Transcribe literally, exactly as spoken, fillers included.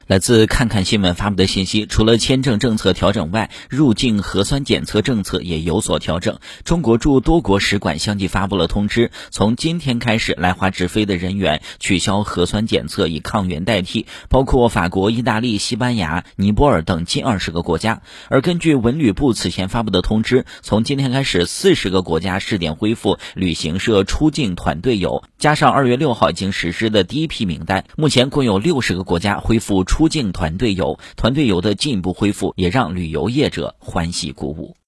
来自看看新闻发布的信息，除了签证政策调整外，入境核酸检测政策也有所调整。中国驻多国使馆相继发布了通知，从今天开始，来华直飞的人员取消核酸检测，以抗原代替，包括法国、意大利、西班牙、尼泊尔等近二十个国家。而根据文旅部此前发布的通知，从今天开始，四十个国家试点恢复旅行社出境团队游，加上二月六号已经实施的第一批名单，目前共有六十个国家恢复出境团队游，团队游的进一步恢复也让旅游业者欢喜鼓舞。